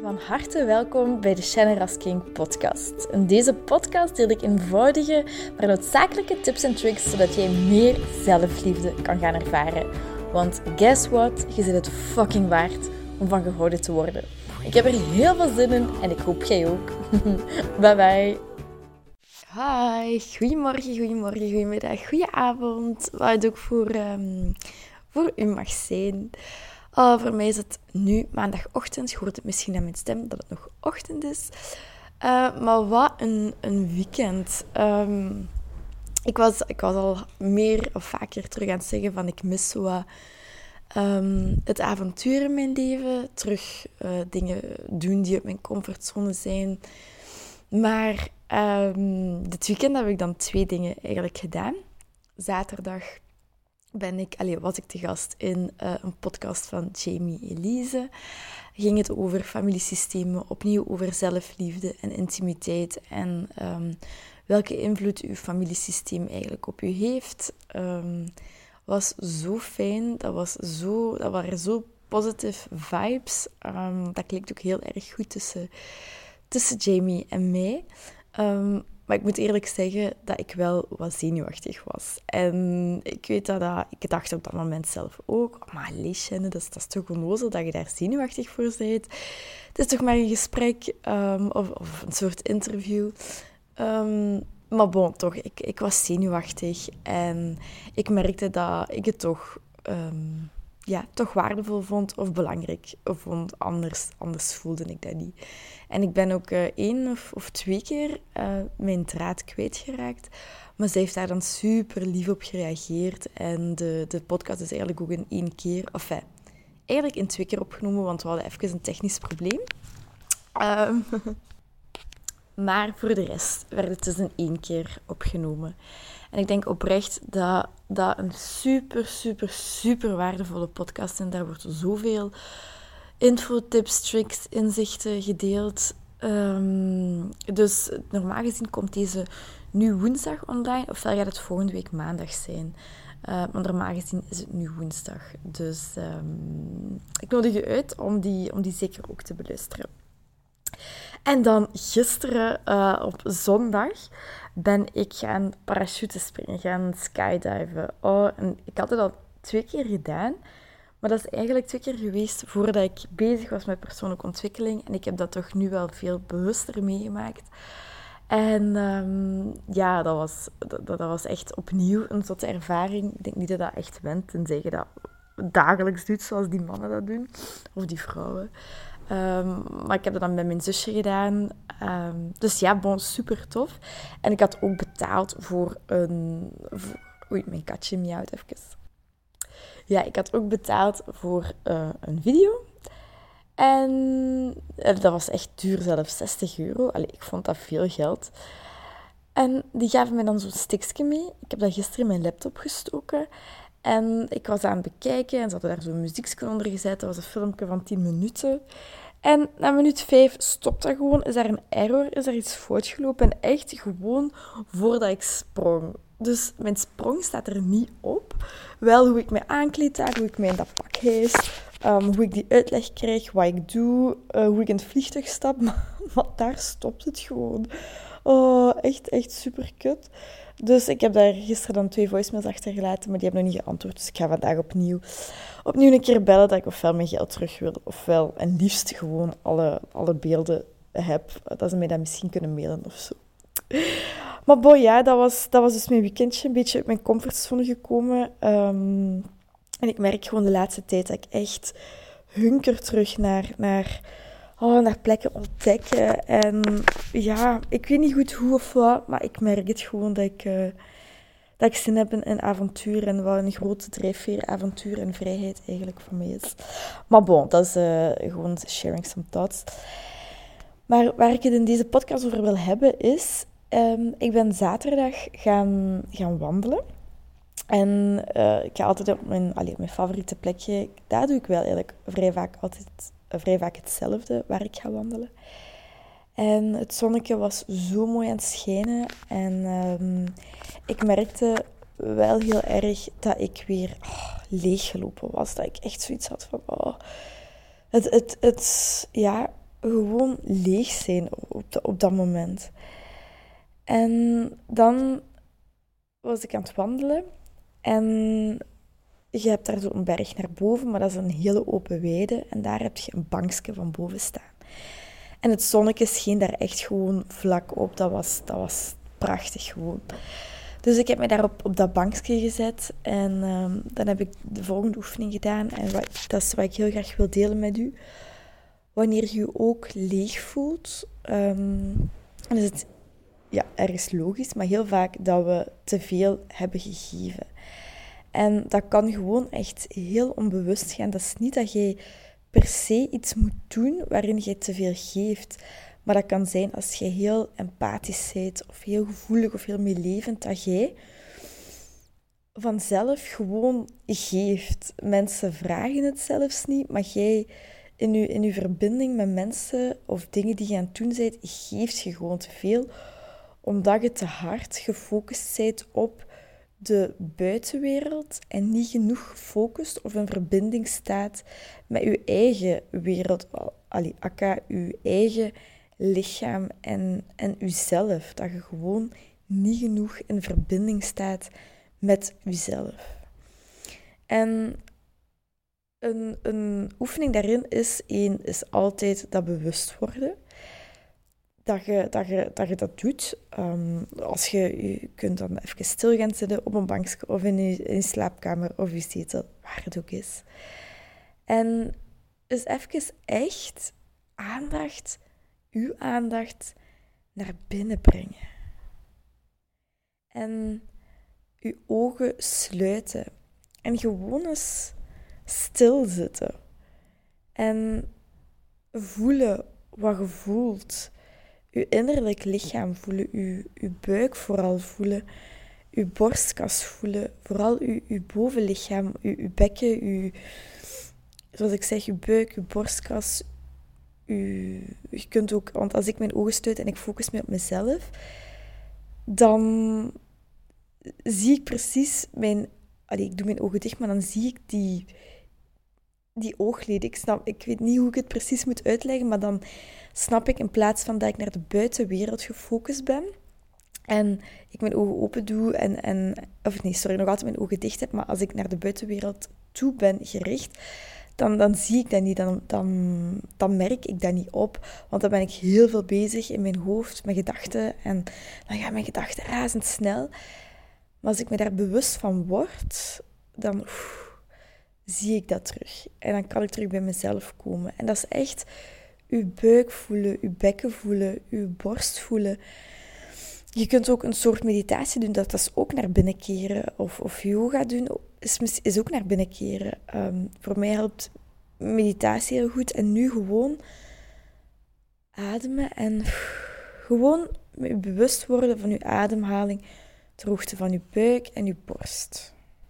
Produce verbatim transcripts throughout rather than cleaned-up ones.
Van harte welkom bij de Shine Rasking podcast. In deze podcast deel ik eenvoudige, maar noodzakelijke tips en tricks zodat jij meer zelfliefde kan gaan ervaren. Want guess what? Je zit het fucking waard om van gehouden te worden. Ik heb er heel veel zin in en ik hoop jij ook. Bye bye. Hi, goedemorgen, goedemorgen, goedemiddag, goedenavond. Wat het ook voor, um, voor u mag zijn. Oh, voor mij is het nu maandagochtend. Je hoort het misschien aan mijn stem dat het nog ochtend is. Uh, maar wat een, een weekend. Um, ik, was, ik was al meer of vaker terug aan het zeggen van ik mis zo wat, um, het avontuur in mijn leven. Terug uh, dingen doen die op mijn comfortzone zijn. Maar um, dit weekend heb ik dan twee dingen eigenlijk gedaan. Zaterdag ben ik, allez, was ik te gast in uh, een podcast van Jamie Elise. Ging het over familiesystemen, opnieuw over zelfliefde en intimiteit en um, welke invloed uw familiesysteem eigenlijk op u heeft. Um, was zo fijn, dat, was zo, dat waren zo positive vibes. Um, dat klinkt ook heel erg goed tussen, tussen Jamie en mij. Um, Maar ik moet eerlijk zeggen dat ik wel wat zenuwachtig was. En ik weet dat, dat ik dacht op dat moment zelf ook. Oh, maar Leesje, dat is, dat is toch onnozel dat je daar zenuwachtig voor bent. Het is toch maar een gesprek um, of, of een soort interview. Um, maar bon, toch, ik, ik was zenuwachtig. En ik merkte dat ik het toch, um, ja, toch waardevol vond of belangrijk vond. Anders, anders voelde ik dat niet. En ik ben ook uh, één of, of twee keer uh, mijn draad kwijtgeraakt. Maar zij heeft daar dan super lief op gereageerd. En de, de podcast is eigenlijk ook in één keer... Enfin, eigenlijk in twee keer opgenomen, want we hadden even een technisch probleem. Um, maar voor de rest werd het dus in één keer opgenomen. En ik denk oprecht dat dat een super, super, super waardevolle podcast is. En daar wordt zoveel info, tips, tricks, inzichten gedeeld. Um, dus normaal gezien komt deze nu woensdag online. Ofwel gaat het volgende week maandag zijn. Uh, maar normaal gezien is het nu woensdag. Dus um, ik nodig je uit om die, om die zeker ook te beluisteren. En dan gisteren uh, op zondag ben ik gaan parachutespringen, gaan skydiven. Oh, en ik had het al twee keer gedaan. Maar dat is eigenlijk twee keer geweest voordat ik bezig was met persoonlijke ontwikkeling. En ik heb dat toch nu wel veel bewuster meegemaakt. En um, ja, dat was, dat, dat was echt opnieuw een zotte ervaring. Ik denk niet dat dat echt went, tenzij je dat dagelijks doet zoals die mannen dat doen. Of die vrouwen. Um, maar ik heb dat dan met mijn zusje gedaan. Um, dus ja, bon, super tof. En ik had ook betaald voor een... Voor, oei, mijn katje miauwt even. Ja, ik had ook betaald voor uh, een video. En uh, dat was echt duur, zelfs zestig euro. Allee, ik vond dat veel geld. En die gaven mij dan zo'n stickje mee. Ik heb dat gisteren in mijn laptop gestoken. En ik was aan het bekijken en ze hadden daar zo'n muziekje onder gezet. Dat was een filmpje van tien minuten. En na minuut vijf stopt dat gewoon. Is daar een error? Is er iets fout gelopen? En echt gewoon voordat ik sprong. Dus mijn sprong staat er niet op. Wel hoe ik mij aankleed daar, hoe ik mij in dat pak hijs, um, hoe ik die uitleg krijg, wat ik doe, uh, hoe ik in het vliegtuig stap. Maar, maar daar stopt het gewoon. Oh, echt, echt super kut. Dus ik heb daar gisteren dan twee voicemails achtergelaten, maar die hebben nog niet geantwoord. Dus ik ga vandaag opnieuw, opnieuw een keer bellen dat ik ofwel mijn geld terug wil, ofwel en liefst gewoon alle, alle beelden heb. Dat ze mij dat misschien kunnen mailen of zo. Maar boy, ja, dat was, dat was dus mijn weekendje. Een beetje uit mijn comfortzone gekomen. Um, en ik merk gewoon de laatste tijd dat ik echt hunker terug naar... naar Oh, naar plekken ontdekken. En ja, ik weet niet goed hoe of wat, maar ik merk het gewoon dat ik, uh, dat ik zin heb in, in avontuur. En wat een grote drijfveer, avontuur en vrijheid eigenlijk voor mij is. Maar bon, dat is uh, gewoon sharing some thoughts. Maar waar ik het in deze podcast over wil hebben is... Um, ik ben zaterdag gaan, gaan wandelen. En uh, ik ga altijd op mijn, allee, op mijn favoriete plekje. Daar doe ik wel eigenlijk vrij vaak altijd... vrij vaak hetzelfde waar ik ga wandelen. En het zonnetje was zo mooi aan het schijnen. En um, ik merkte wel heel erg dat ik weer oh, leeggelopen was. Dat ik echt zoiets had van... Oh, het, het, het, ja, gewoon leeg zijn op, de, op dat moment. En dan was ik aan het wandelen en je hebt daar zo'n berg naar boven, maar dat is een hele open weide en daar heb je een bankje van boven staan. En het zonnetje scheen daar echt gewoon vlak op. Dat was, dat was prachtig gewoon. Dus ik heb me daar op, op dat bankje gezet en um, dan heb ik de volgende oefening gedaan. En wat, dat is wat ik heel graag wil delen met u. Wanneer je je ook leeg voelt, um, dan is het ja, ergens logisch, maar heel vaak dat we te veel hebben gegeven. En dat kan gewoon echt heel onbewust gaan. Dat is niet dat jij per se iets moet doen waarin je te veel geeft. Maar dat kan zijn als je heel empathisch bent of heel gevoelig of heel meelevend, dat jij vanzelf gewoon geeft. Mensen vragen het zelfs niet, maar jij in je, in je verbinding met mensen of dingen die je aan het doen bent, geeft je gewoon te veel, omdat je te hard gefocust bent op de buitenwereld en niet genoeg gefocust of in verbinding staat met je eigen wereld, allee, aka je eigen lichaam en, en jezelf. Dat je gewoon niet genoeg in verbinding staat met jezelf. En een, een oefening daarin is, één, is altijd dat bewust worden. Dat je, dat, je, dat je dat doet. Um, als je, je kunt dan even stil gaan zitten op een bankje of in je, in je slaapkamer of je zetel, waar het ook is. En dus even echt aandacht, uw aandacht naar binnen brengen. En uw ogen sluiten. En gewoon eens stilzitten. En voelen wat je voelt. Uw innerlijk lichaam voelen, uw, uw buik vooral voelen, uw borstkas voelen, vooral uw, uw bovenlichaam, uw, uw bekken, uw, zoals ik zeg, uw buik, uw borstkas. Uw, je kunt ook, want als ik mijn ogen sluit en ik focus me op mezelf, dan zie ik precies mijn, allee, ik doe mijn ogen dicht, maar dan zie ik die, die oogleden. Ik snap, ik weet niet hoe ik het precies moet uitleggen, maar dan snap ik in plaats van dat ik naar de buitenwereld gefocust ben en ik mijn ogen open doe en, en of nee, sorry, nog altijd mijn ogen dicht heb, maar als ik naar de buitenwereld toe ben gericht, dan, dan zie ik dat niet, dan, dan, dan merk ik dat niet op, want dan ben ik heel veel bezig in mijn hoofd, met gedachten, en dan gaan mijn gedachten razendsnel. Maar als ik me daar bewust van word, dan oef, zie ik dat terug. En dan kan ik terug bij mezelf komen. En dat is echt uw buik voelen, uw bekken voelen, uw borst voelen. Je kunt ook een soort meditatie doen, dat is ook naar binnen keren. Of, of yoga doen, is, is ook naar binnen keren. Um, voor mij helpt meditatie heel goed. En nu gewoon ademen en gewoon bewust worden van uw ademhaling ter hoogte van uw buik en uw borst.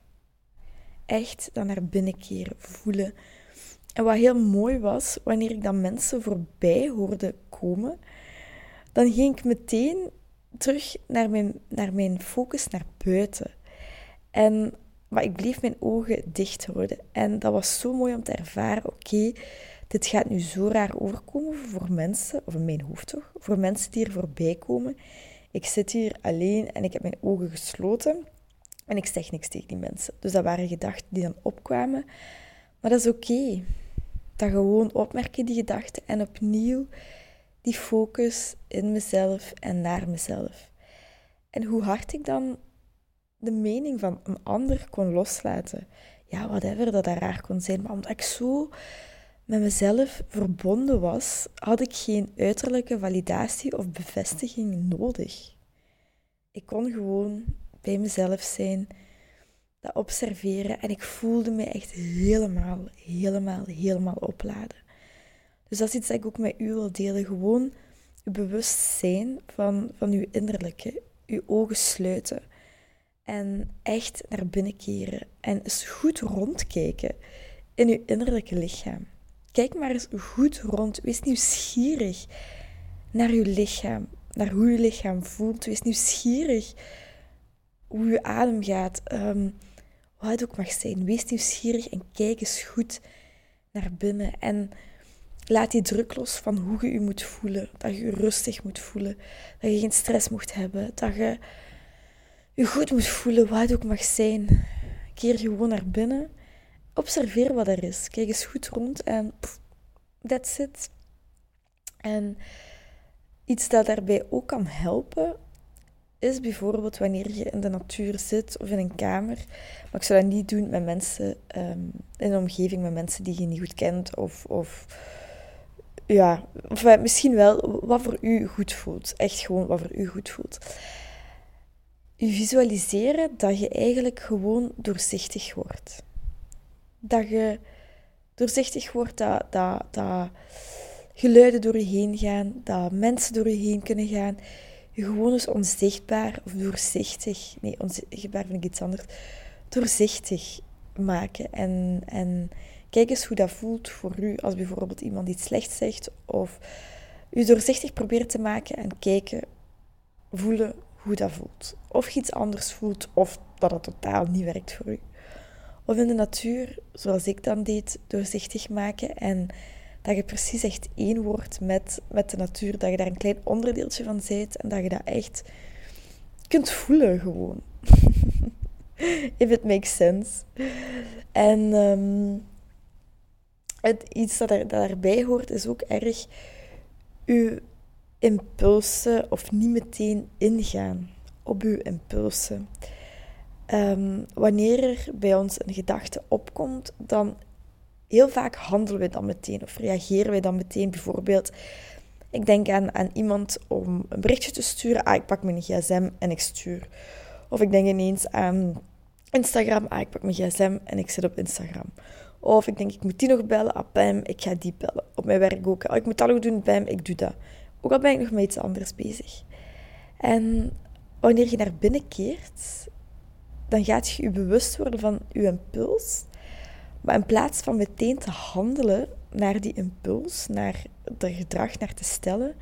Echt dan naar binnen keren, voelen. En wat heel mooi was, wanneer ik dan mensen voorbij hoorde komen, dan ging ik meteen terug naar mijn, naar mijn focus naar buiten. En, maar ik bleef mijn ogen dicht houden. En dat was zo mooi om te ervaren, oké, okay, dit gaat nu zo raar overkomen voor mensen, of in mijn hoofd toch, voor mensen die er voorbij komen. Ik zit hier alleen en ik heb mijn ogen gesloten en ik zeg niks tegen die mensen. Dus dat waren gedachten die dan opkwamen. Maar dat is oké. Okay. Dat gewoon opmerken, die gedachten, en opnieuw die focus in mezelf en naar mezelf. En hoe hard ik dan de mening van een ander kon loslaten. Ja, whatever dat daar raar kon zijn. Maar omdat ik zo met mezelf verbonden was, had ik geen uiterlijke validatie of bevestiging nodig. Ik kon gewoon bij mezelf zijn, dat observeren, en ik voelde me echt helemaal, helemaal, helemaal opladen. Dus dat is iets dat ik ook met u wil delen. Gewoon je bewustzijn van, van je innerlijke, je ogen sluiten en echt naar binnen keren. En eens goed rondkijken in je innerlijke lichaam. Kijk maar eens goed rond. Wees nieuwsgierig naar je lichaam, naar hoe je lichaam voelt. Wees nieuwsgierig hoe je adem gaat. Um, wat het ook mag zijn. Wees nieuwsgierig en kijk eens goed naar binnen. En Laat die druk los van hoe je je moet voelen. Dat je je rustig moet voelen. Dat je geen stress moet hebben. Dat je je goed moet voelen, wat het ook mag zijn. Keer gewoon naar binnen. Observeer wat er is. Kijk eens goed rond en pff, that's it. En iets dat daarbij ook kan helpen, is bijvoorbeeld wanneer je in de natuur zit of in een kamer. Maar ik zou dat niet doen met mensen um, in een omgeving, met mensen die je niet goed kent. Of, of ja, of misschien wel wat voor u goed voelt. Echt gewoon wat voor u goed voelt. Je visualiseren dat je eigenlijk gewoon doorzichtig wordt. Dat je doorzichtig wordt, dat, dat, dat geluiden door je heen gaan, dat mensen door je heen kunnen gaan. Je gewoon eens onzichtbaar of doorzichtig, nee, onzichtbaar vind ik iets anders, doorzichtig maken. En, en kijk eens hoe dat voelt voor u als bijvoorbeeld iemand iets slechts zegt, of u doorzichtig proberen te maken en kijken, voelen hoe dat voelt. Of je iets anders voelt, of dat het totaal niet werkt voor u. Of in de natuur, zoals ik dan deed, doorzichtig maken en dat je precies echt één wordt met, met de natuur. Dat je daar een klein onderdeeltje van bent en dat je dat echt kunt voelen gewoon. If it makes sense. En um, het, iets dat, er, dat daarbij hoort is ook erg uw impulsen of niet meteen ingaan op uw impulsen. Um, wanneer er bij ons een gedachte opkomt, dan heel vaak handelen we dan meteen of reageren wij dan meteen. Bijvoorbeeld, ik denk aan, aan iemand om een berichtje te sturen. Ah, ik pak mijn gsm en ik stuur. Of ik denk ineens aan Instagram. Ah, ik pak mijn gsm en ik zit op Instagram. Of ik denk, ik moet die nog bellen. Ah, bam, ik ga die bellen. Op mijn werk ook. Ah, ik moet dat nog doen. Bam, ik doe dat. Ook al ben ik nog met iets anders bezig. En wanneer je naar binnen keert, dan gaat je je bewust worden van je impuls. Maar in plaats van meteen te handelen naar die impuls, naar dat gedrag naar te stellen,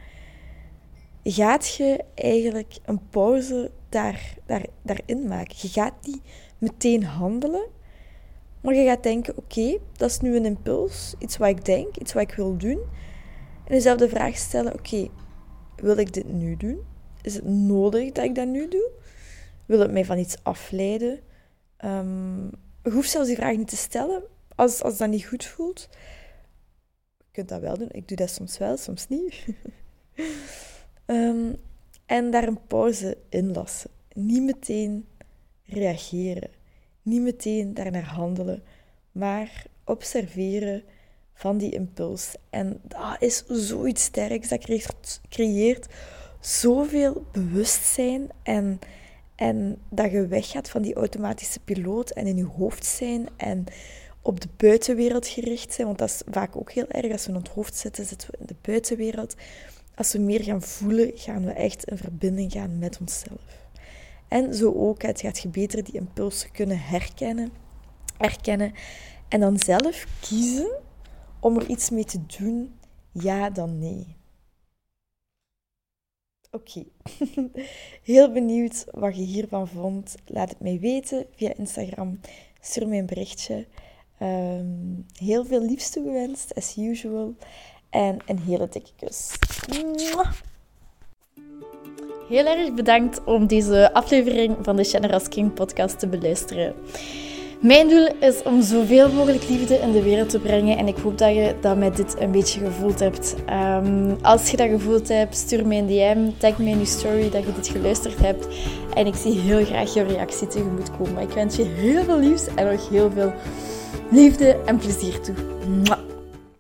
gaat je eigenlijk een pauze daar, daar, daarin maken. Je gaat niet meteen handelen, maar je gaat denken, oké, okay, dat is nu een impuls, iets wat ik denk, iets wat ik wil doen. En jezelf de vraag stellen, oké, okay, wil ik dit nu doen? Is het nodig dat ik dat nu doe? Wil het mij van iets afleiden? Um, je hoeft zelfs die vraag niet te stellen als, als dat niet goed voelt. Je kunt dat wel doen. Ik doe dat soms wel, soms niet. um, en daar een pauze in lassen. Niet meteen reageren. Niet meteen daarnaar handelen. Maar observeren van die impuls. En dat is zoiets sterks. Dat creëert, creëert zoveel bewustzijn en... En dat je weggaat van die automatische piloot en in je hoofd zijn en op de buitenwereld gericht zijn. Want dat is vaak ook heel erg. Als we in ons hoofd zitten, zitten we in de buitenwereld. Als we meer gaan voelen, gaan we echt in verbinding gaan met onszelf. En zo ook, het gaat je beter die impulsen kunnen herkennen, herkennen en dan zelf kiezen om er iets mee te doen, ja dan nee. Oké, okay. Heel benieuwd wat je hiervan vond. Laat het mij weten via Instagram. Stuur mij een berichtje. Um, heel veel liefs toegewenst, as usual. En een hele dikke kus. Mwah. Heel erg bedankt om deze aflevering van de Generous King podcast te beluisteren. Mijn doel is om zoveel mogelijk liefde in de wereld te brengen en ik hoop dat je dat met dit een beetje gevoeld hebt. Um, als je dat gevoeld hebt, stuur mij een D M, tag me in je story dat je dit geluisterd hebt en ik zie heel graag jouw reactie tegemoetkomen. Ik wens je heel veel liefs en nog heel veel liefde en plezier toe. Mwah.